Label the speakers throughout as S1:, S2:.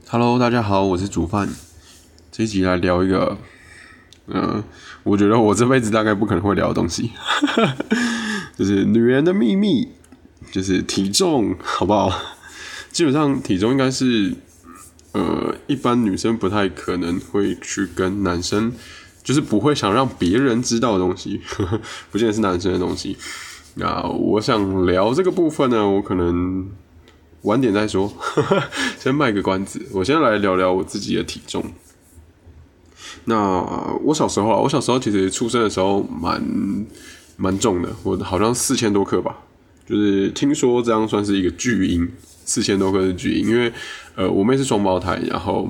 S1: Hello，大家好，我是煮饭。这一集来聊一个，我觉得我这辈子大概不可能会聊的东西，就是女人的秘密，就是体重，好不好？基本上体重应该是，一般女生不太可能会去跟男生，就是不会想让别人知道的东西，不见得是男生的东西。那我想聊这个部分呢，我可能晚点再说，先卖个关子。我先来聊聊我自己的体重。那我小时候其实出生的时候蛮重的，我好像4000多克吧，就是听说这样算是一个巨婴，4000多克是巨婴，因为我妹是双胞胎，然后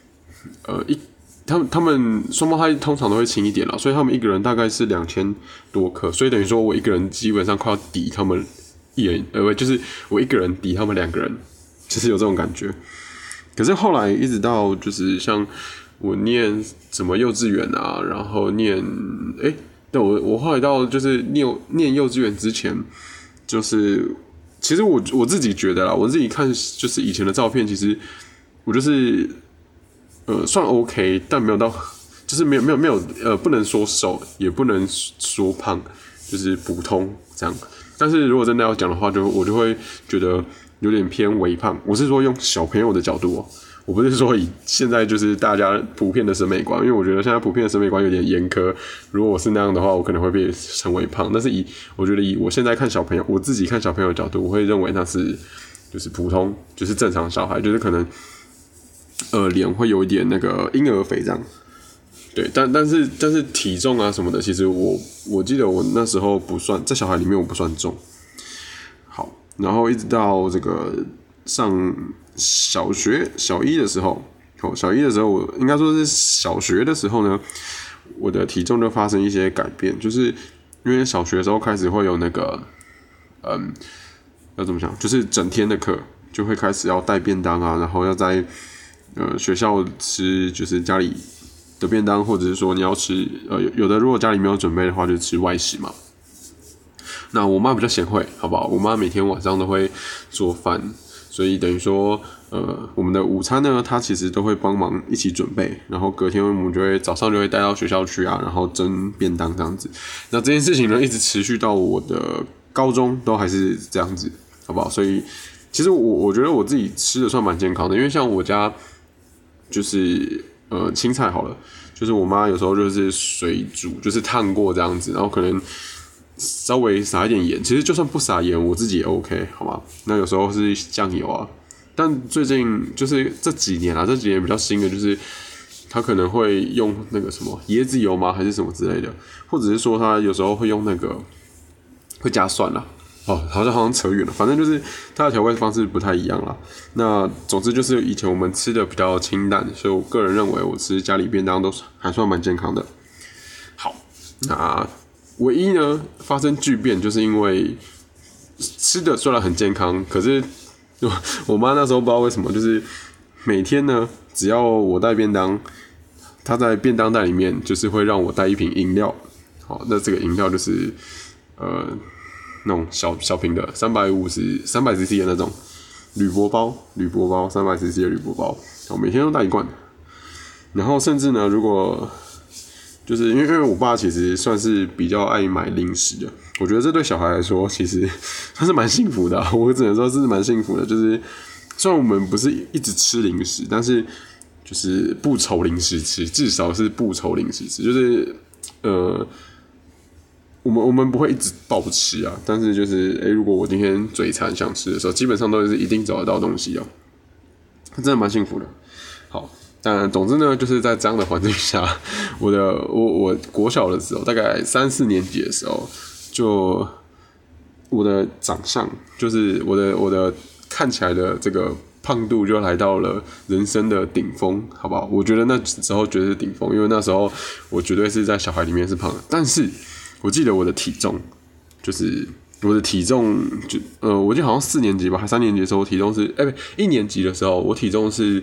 S1: 他们双胞胎通常都会轻一点啦，所以他们一个人大概是2000多克，所以等于说我一个人基本上快要抵他们一人，就是我一个人抵他们2个人，就是有这种感觉。可是后来一直到就是像我念什么幼稚园啊，然后对我后来到就是念幼稚园之前，就是其实我自己觉得啦，我自己看就是以前的照片，其实我就是算 OK， 但没有到，就是没有不能说瘦，也不能说胖，就是普通这样。但是如果真的要讲的话，我就会觉得有点偏微胖。我是说用小朋友的角度我不是说以现在就是大家普遍的审美观，因为我觉得现在普遍的审美观有点严苛。如果我是那样的话，我可能会被称为胖。但是我觉得以我现在看小朋友，我自己看小朋友的角度，我会认为那是就是普通，就是正常小孩，就是可能脸会有一点那个婴儿肥这样。对，但是体重啊什么的，其实我记得我那时候不算，在小孩里面我不算重。好，然后一直到这个上小一的时候，小一的时候我应该说是小学的时候呢，我的体重就发生一些改变，就是因为小学的时候开始会有那个要怎么讲，就是整天的课就会开始要带便当啊，然后要在学校吃，就是家里的便当，或者是说你要吃有的如果家里没有准备的话，就吃外食嘛。那我妈比较贤惠，好不好？我妈每天晚上都会做饭，所以等于说我们的午餐呢，她其实都会帮忙一起准备，然后隔天我们早上就会带到学校去啊，然后蒸便当这样子。那这件事情呢，一直持续到我的高中都还是这样子，好不好？所以其实我觉得我自己吃的算蛮健康的，因为像我家就是青菜好了，就是我妈有时候就是水煮，就是烫过这样子，然后可能稍微撒一点盐，其实就算不撒盐，我自己也 OK， 好吗？那有时候是酱油啊，但最近就是这几年比较新的，就是他可能会用那个什么椰子油吗，还是什么之类的，或者是说他有时候会用那个会加蒜啦。好像扯远了，反正就是它的调味方式不太一样啦。那总之就是以前我们吃的比较清淡，所以我个人认为我吃家里便当都还算蛮健康的。好，那唯一呢发生巨变，就是因为吃的虽然很健康，可是我妈那时候不知道为什么，就是每天呢只要我带便当，她在便当袋里面就是会让我带一瓶饮料。好，那这个饮料就是那种小瓶的300cc 的那种铝箔包300cc 的铝箔包，我每天都带一罐。然后甚至呢，如果就是因为我爸其实算是比较爱买零食的，我觉得这对小孩来说其实算是蛮幸福的我只能说是蛮幸福的。就是虽然我们不是一直吃零食，但是就是不愁零食吃，至少是不愁零食吃，就是我们不会一直暴吃啊，但是就是如果我今天嘴馋想吃的时候，基本上都是一定找得到东西真的蛮幸福的。好，但总之呢，就是在这样的环境下，我国小的时候，大概3、4年级的时候，就我的长相，就是我的看起来的这个胖度就来到了人生的顶峰，好不好？我觉得那时候绝对是顶峰，因为那时候我绝对是在小孩里面是胖的，但是我记得我的体重，就是我的体重我记得好像4年级吧，还3年级的时候，我体重是1年级的时候，我体重是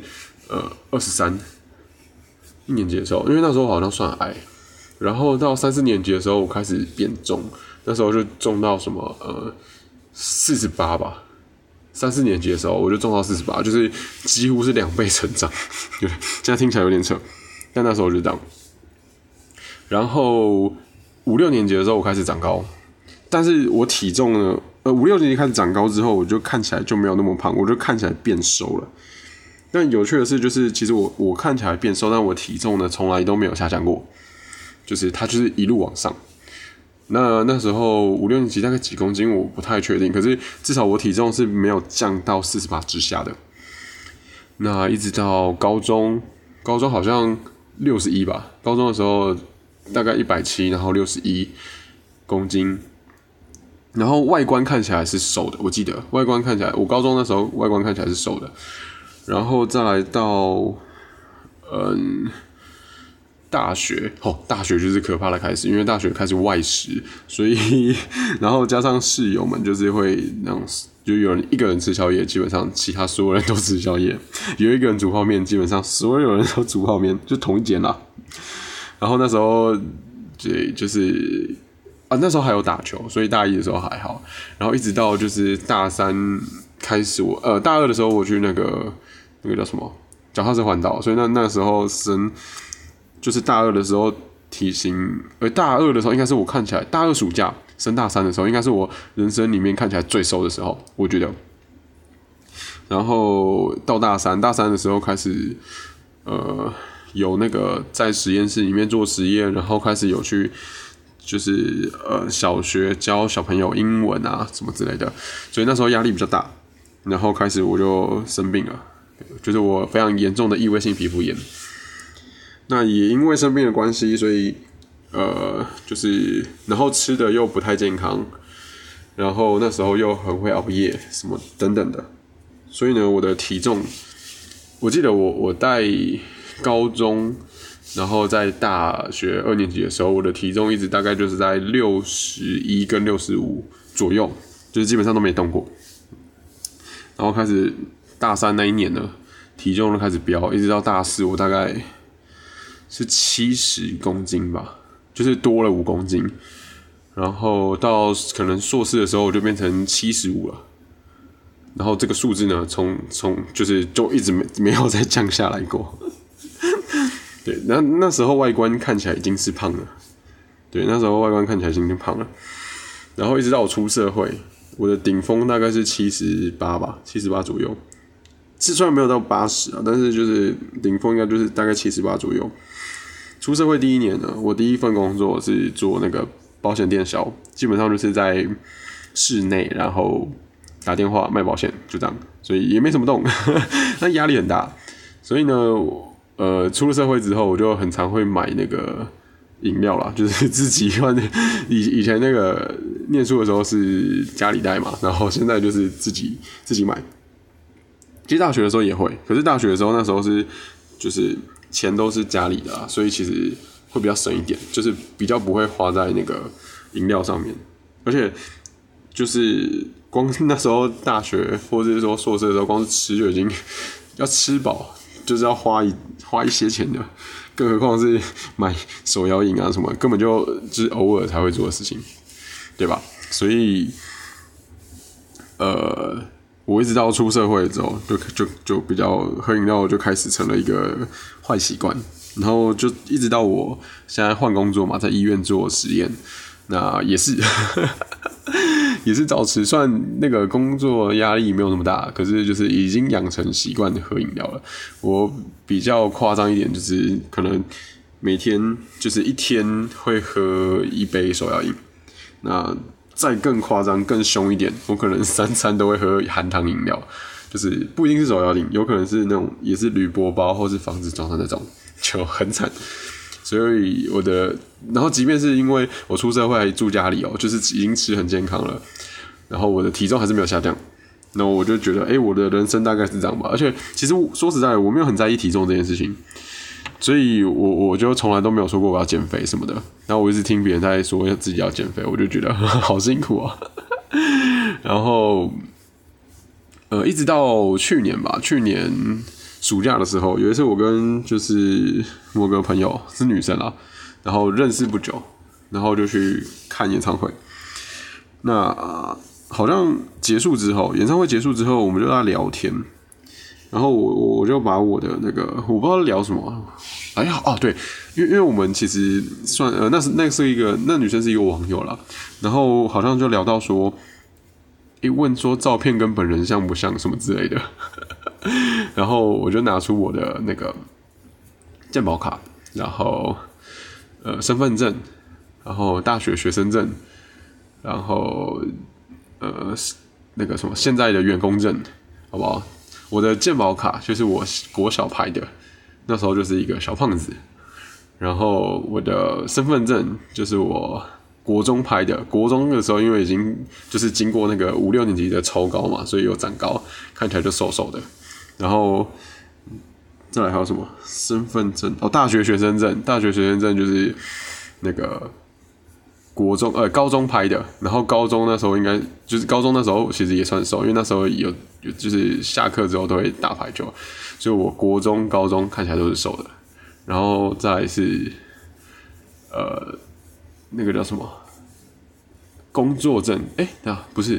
S1: 23。1年级的时候，因为那时候好像算矮，然后到3、4年级的时候，我开始变重，那时候就重到什么48吧， 3、4年级的时候，我就重到48，就是几乎是2倍成长。对，现在听起来有点扯，但那时候就这样。然后5、6年级的时候，我开始长高，但是我体重呢，5、6年级开始长高之后，我就看起来就没有那么胖，我就看起来变瘦了。但有趣的是，就是其实我看起来变瘦，但我体重呢从来都没有下降过，就是它就是一路往上。那时候5、6年级大概几公斤我不太确定，可是至少我体重是没有降到48之下的。那一直到高中好像61吧，高中的时候大概170，然后61公斤，然后外观看起来是瘦的，我记得外观看起来，我高中那时候外观看起来是瘦的，然后再来到大学就是可怕的开始，因为大学开始外食，所以然后加上室友们就是会那种，就有人一个人吃宵夜，基本上其他所有人都吃宵夜；有一个人煮泡面，基本上所有人都煮泡面，就同一间啦。然后那时候就是那时候还有打球，所以大1的时候还好。然后一直到就是大3开始大2的时候我去那个叫什么脚踏车环岛，所以那时候就是大2的时候体型，大2的时候应该是我看起来大2暑假升大3的时候，应该是我人生里面看起来最瘦的时候，我觉得。然后到大3的时候开始有那个在实验室里面做实验，然后开始有去就是小学教小朋友英文啊什么之类的，所以那时候压力比较大，然后开始我就生病了，就是我非常严重的异位性皮肤炎。那也因为生病的关系，所以就是然后吃的又不太健康，然后那时候又很会熬夜什么等等的，所以呢，我的体重，我记得我在高中，然后在大学2年级的时候，我的体重一直大概就是在61跟65左右，就是基本上都没动过。然后开始大3那一年呢，体重就开始飙，一直到大4，我大概是70公斤吧，就是多了5公斤。然后到可能硕士的时候，我就变成75了。然后这个数字呢，从就一直没有再降下来过。对，那时候外观看起来已经是胖了。对，那时候外观看起来已经胖了。然后一直到我出社会，我的顶峰大概是78吧，78左右。虽然没有到80啊，但是就是顶峰应该就是大概78左右。出社会第1年呢，我第一份工作是做那个保险电销，基本上就是在室内，然后打电话卖保险，就这样，所以也没什么动，但压力很大。所以呢，出了社会之后，我就很常会买那个饮料啦，就是自己换。以前那个念书的时候是家里带嘛，然后现在就是自己买。其实大学的时候也会，可是大学的时候那时候是就是钱都是家里的啦，所以其实会比较省一点，就是比较不会花在那个饮料上面，而且就是光那时候大学或者是说硕士的时候，光是吃就已经要吃饱，就是要花一些钱的，更何况是买手摇饮啊什么，根本就是偶尔才会做的事情，对吧？所以我一直到出社会之后，就比较喝饮料就开始成了一个坏习惯，然后就一直到我现在换工作嘛，在医院做实验，那也是也是早吃，虽然那个工作压力没有那么大，可是就是已经养成习惯喝饮料了。我比较夸张一点，就是可能每天就是一天会喝1杯手摇饮，那再更夸张、更凶一点，我可能3餐都会喝含糖饮料，就是不一定是手摇饮，有可能是那种也是铝箔包或是防止装的那种，就很惨。所以然后即便是因为我出社会还住家里就是已经吃很健康了，然后我的体重还是没有下降，然后我就觉得，我的人生大概是这样吧。而且其实说实在的，我没有很在意体重这件事情。所以我就从来都没有说过我要减肥什么的，然后我一直听别人在说自己要减肥，我就觉得好辛苦啊。然后一直到去年吧，去年暑假的时候，有一次我跟就是某个朋友是女生啦，然后认识不久，然后就去看演唱会。那好像结束之后，演唱会结束之后，我们就在聊天，然后我就把我的那个我不知道聊什么，哎呀哦对，因为我们其实算那女生是一个网友啦，然后好像就聊到说，问说照片跟本人像不像什么之类的，然后我就拿出我的那个健保卡，然后身份证，然后大学学生证，然后那个什么现在的员工证，好不好？我的健保卡就是我国小拍的，那时候就是一个小胖子。然后我的身份证就是我国中拍的，国中的时候因为已经就是经过那个5、6年级的抽高嘛，所以有长高，看起来就瘦瘦的。然后再来还有什么身份证？大学学生证，大学学生证就是那个国中高中拍的，然后高中那时候应该就是高中那时候其实也算瘦，因为那时候有就是下课之后都会打排球，所以我国中、高中看起来都是瘦的。然后再来是那个叫什么工作证？不是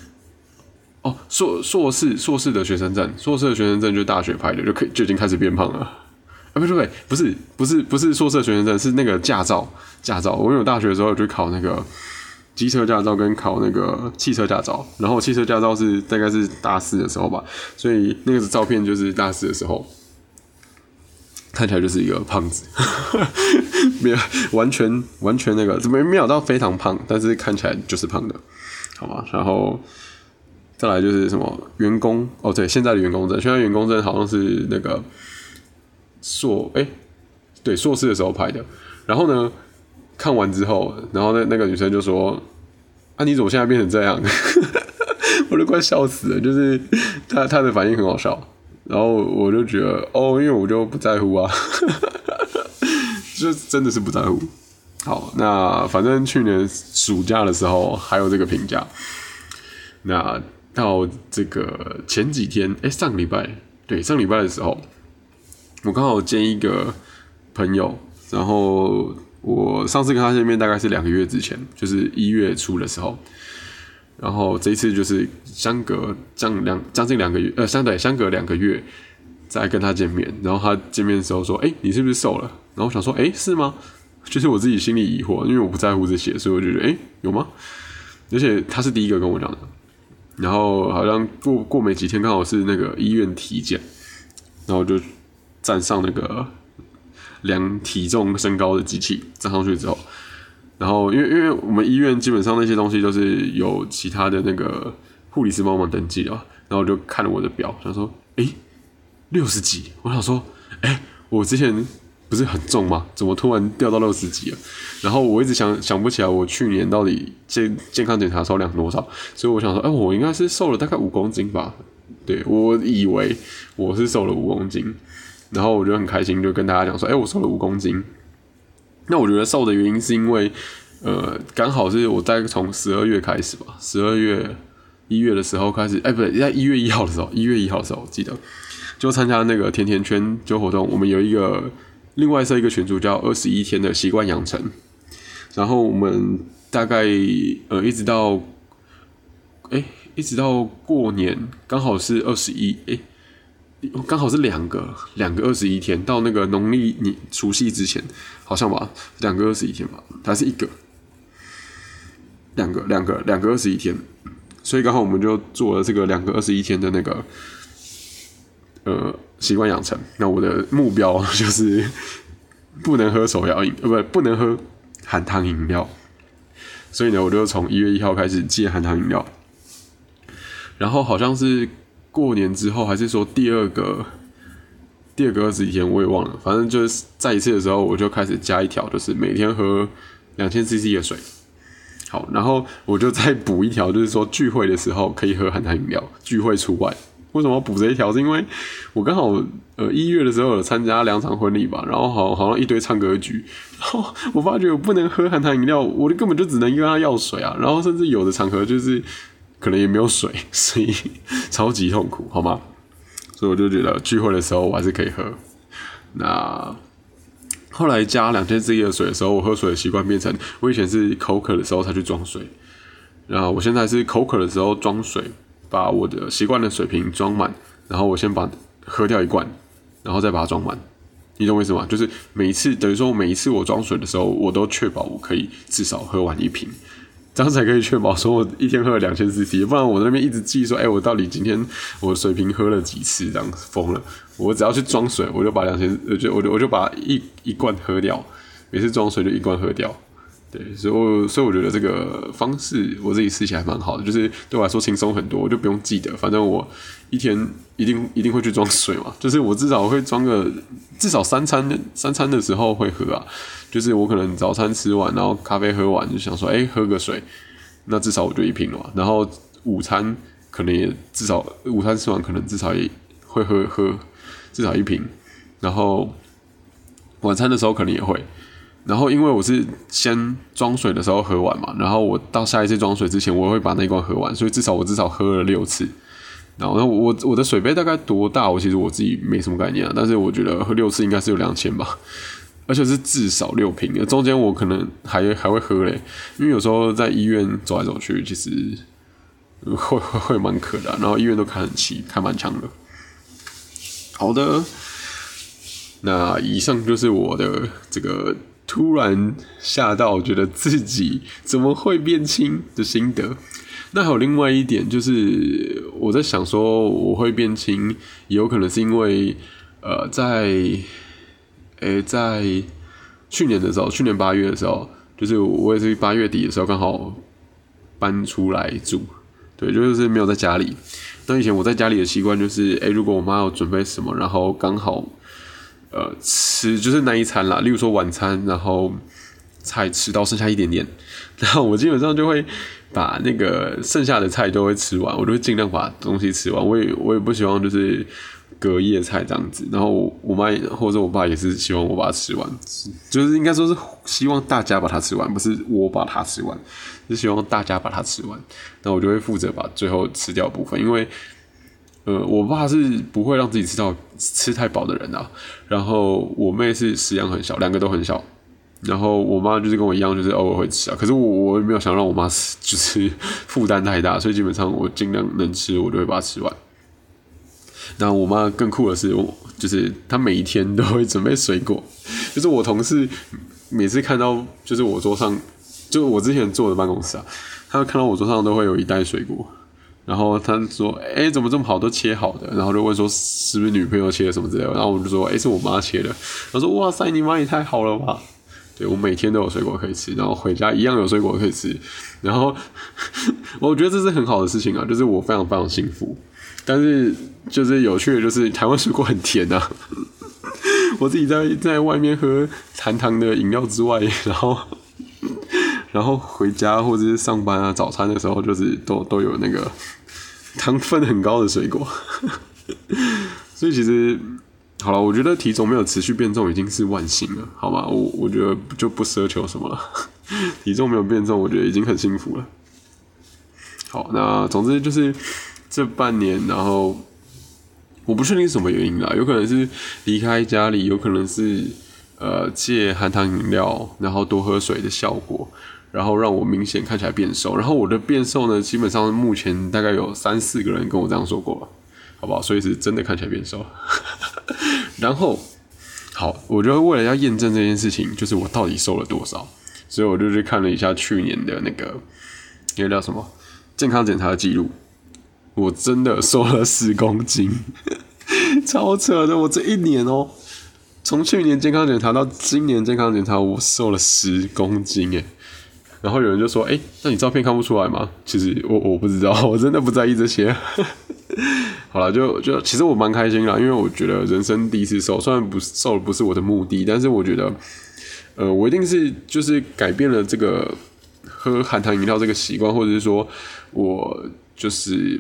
S1: 硕士的学生证，硕士的学生证就是大学拍的，就已经开始变胖了。不是硕士的学生证，是那个驾照。我因为我大学的时候就考那个机车驾照跟考那个汽车驾照，然后汽车驾照是大概是大4的时候吧，所以那个照片就是大4的时候，看起来就是一个胖子，没有完全那个没有到非常胖，但是看起来就是胖的，好吗？然后再来就是什么员工对，现在的员工证，现在员工证好像是那个硕士的时候拍的。然后呢，看完之后，然后那个女生就说：“啊，你怎么现在变成这样？”我都快笑死了，就是她的反应很好笑。然后我就觉得因为我就不在乎啊，就真的是不在乎。好，那反正去年暑假的时候还有这个评价。那到这个前几天，上个礼拜的时候，我刚好见一个朋友，然后我上次跟他见面大概是2个月之前，就是1月初的时候。然后这一次就是相隔将近2个月，相隔2个月再跟他见面。然后他见面的时候说：“你是不是瘦了？”然后我想说：“是吗？”就是我自己心里疑惑，因为我不在乎这些，所以我就觉得有吗？而且他是第一个跟我讲的。然后好像过没几天，刚好是那个医院体检，然后就站上那个量体重身高的机器，站上去之后。然后因为我们医院基本上那些东西都是有其他的那个护理师帮忙登记的，然后我就看了我的表，想说60几，我想说我之前不是很重吗？怎么突然掉到60几了？然后我一直想不起来我去年到底健康检查的时候量多少，所以我想说我应该是瘦了大概5公斤吧。对，我以为我是瘦了5公斤，然后我就很开心，就跟大家讲说我瘦了5公斤。那我觉得瘦的原因是因为，刚好是我在从12月开始吧，12月、1月的时候开始，不对，在1月1号的时候我记得就参加那个甜甜圈就活动，我们有另外设一个群组叫21天的习惯养成，然后我们大概一直到过年，刚好是21，刚好是两个21天，到那个农历除夕之前，好像吧，2个21天吧，还是1个，2个21天，所以刚好我们就做了这个2个21天的那个习惯养成。那我的目标就是不能喝手摇饮，不能喝含糖饮料，所以呢，我就从1月1号开始戒含糖饮料，然后好像是过年之后，还是说第二个21天，我也忘了。反正就是再一次的时候，我就开始加一条，就是每天喝2000cc 的水。好，然后我就再补一条，就是说聚会的时候可以喝含糖饮料，聚会除外。为什么要补这一条？是因为我刚好1月的时候有参加2场婚礼吧，然后好像一堆唱歌局，然后我发觉我不能喝含糖饮料，我根本就只能跟他要水啊，然后甚至有的场合就是可能也没有水，所以超级痛苦，好吗？所以我就觉得聚会的时候我还是可以喝。那后来加2000cc的水的时候，我喝水的习惯变成我以前是口渴的时候才去装水， 然后我现在是口渴的时候装水，把我的习惯的水瓶装满，然后我先喝掉一罐，然后再把它装满。你懂我意思吗？就是每一次我装水的时候，我都确保我可以至少喝完一瓶，这样才可以确保说我一天喝了2000cc，不然我在那边一直记说，我到底今天我的水瓶喝了几次，这样疯了。我只要去装水，我就把我就把一罐喝掉，每次装水就一罐喝掉。对，所以我觉得这个方式我自己试起来蛮好的，就是对我来说轻松很多，我就不用记得，反正我一天一定会去装水嘛，就是我至少会装个至少三餐的时候会喝啊，就是我可能早餐吃完，然后咖啡喝完就想说，喝个水，那至少我就一瓶了嘛，然后午餐可能也至少午餐吃完可能至少也会喝至少一瓶，然后晚餐的时候可能也会。然后因为我是先装水的时候喝完嘛，然后我到下一次装水之前，我会把那一罐喝完，所以我至少喝了6次。然后我的水杯大概多大？其实我自己没什么概念啊，但是我觉得喝6次应该是有2000吧，而且是至少6瓶。中间我可能还会喝嘞，因为有时候在医院走来走去，其实会蛮渴的然后医院都开很齐，开蛮强的。好的，那以上就是我的这个突然吓到，觉得自己怎么会变轻的心得。那还有另外一点，就是我在想说，我会变轻，也有可能是因为在去年8月的时候，就是我也是8月底的时候刚好搬出来住，对，就是没有在家里。那以前我在家里的习惯就是，如果我妈有准备什么，然后刚好吃就是那一餐啦，例如说晚餐，然后菜吃到剩下一点点，然后我基本上就会把那个剩下的菜都会吃完，我就会尽量把东西吃完。我也不希望就是隔夜菜这样子。然后我妈或者我爸也是希望我把它吃完，就是应该说是希望大家把它吃完，不是我把它吃完，是希望大家把它吃完。那我就会负责把最后吃掉的部分，因为我爸是不会让自己吃太饱的人啊。然后我妹是食量很小，两个都很小。然后我妈就是跟我一样，就是偶尔会吃啊。可是我也没有想让我妈就是负担太大，所以基本上我尽量能吃，我就会把它吃完。那我妈更酷的是，就是她每一天都会准备水果。就是我同事每次看到，就是我桌上，就我之前坐的办公室啊，他看到我桌上都会有一袋水果。然后他说：“怎么这么好，都切好的？”然后就问说：“是不是女朋友切的什么之类的？”然后我就说：“是我妈切的。”他说：“哇塞，你妈也太好了吧！”对，我每天都有水果可以吃，然后回家一样有水果可以吃。然后我觉得这是很好的事情啊，就是我非常非常幸福。但是就是有趣的就是台湾水果很甜啊。我自己在外面喝含糖的饮料之外，然后回家或者是上班啊，早餐的时候就是都有那个糖分很高的水果。所以其实好了，我觉得体重没有持续变重已经是万幸了，好吗？我觉得就不奢求什么了。体重没有变重，我觉得已经很幸福了。好，那总之就是这半年，然后我不确定是什么原因啦，有可能是离开家里，有可能是戒含糖饮料，然后多喝水的效果，然后让我明显看起来变瘦。然后我的变瘦呢，基本上目前大概有3-4个人跟我这样说过了，好不好？所以是真的看起来变瘦。然后好，我就为了要验证这件事情，就是我到底瘦了多少，所以我就去看了一下去年的那个叫什么健康检查的记录，我真的瘦了10公斤，超扯的！我这一年从去年健康检查到今年健康检查，我瘦了10公斤耶。然后有人就说：“那你照片看不出来吗？”其实我不知道，我真的不在意这些。好了，就其实我蛮开心啦，因为我觉得人生第一次瘦，虽然瘦不是我的目的，但是我觉得，我一定是就是改变了这个喝含糖饮料这个习惯，或者是说我就是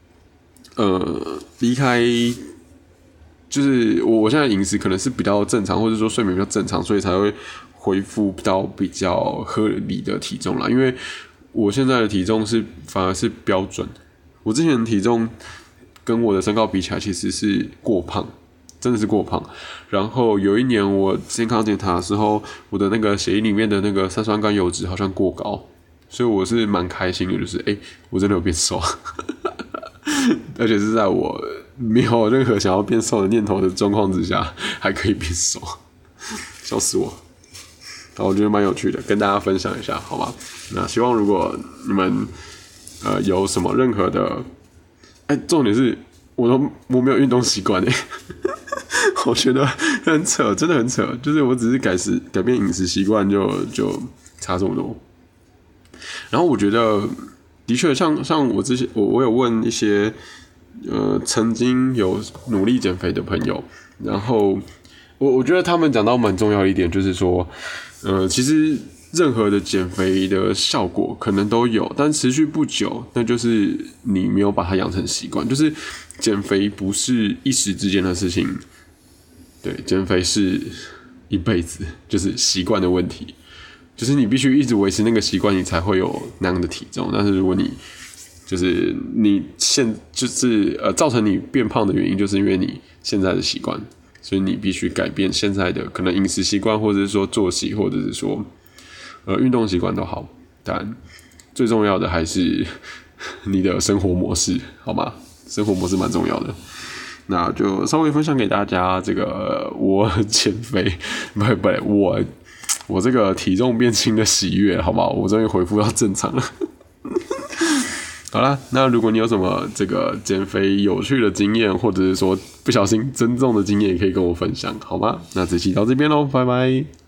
S1: 离开，就是我现在饮食可能是比较正常，或者说睡眠比较正常，所以才会恢复到比较合理的体重啦。因为我现在的体重反而是标准，我之前的体重跟我的身高比起来，其实是过胖，真的是过胖。然后有一年我健康检查的时候，我的那个血液里面的那个三酸甘油脂好像过高， 所以我是蛮开心的，就是我真的有变瘦，而且是在我没有任何想要变瘦的念头的状况之下，还可以变瘦，笑死我！然后我觉得蛮有趣的，跟大家分享一下，好吗？那希望如果你们有什么任何的，重点是我没有运动习惯我觉得很扯，真的很扯，就是我只是改变饮食习惯就差这么多。然后我觉得的确像我之前我有问一些曾经有努力减肥的朋友，然后我觉得他们讲到蛮重要的一点，就是说其实任何的减肥的效果可能都有，但持续不久，那就是你没有把它养成习惯。就是减肥不是一时之间的事情，对，减肥是一辈子，就是习惯的问题。就是你必须一直维持那个习惯，你才会有那样的体重。但是如果你造成你变胖的原因，就是因为你现在的习惯，所以你必须改变现在的可能饮食习惯，或者是说作息，或者是说运动习惯都好。但最重要的还是你的生活模式，好吗？生活模式蛮重要的。那就稍微分享给大家这个我减肥，我这个体重变轻的喜悦，好不好？我终于恢复到正常了。好啦，那如果你有什么这个减肥有趣的经验，或者是说不小心增重的经验，也可以跟我分享，好吗？那这期到这边咯，拜拜。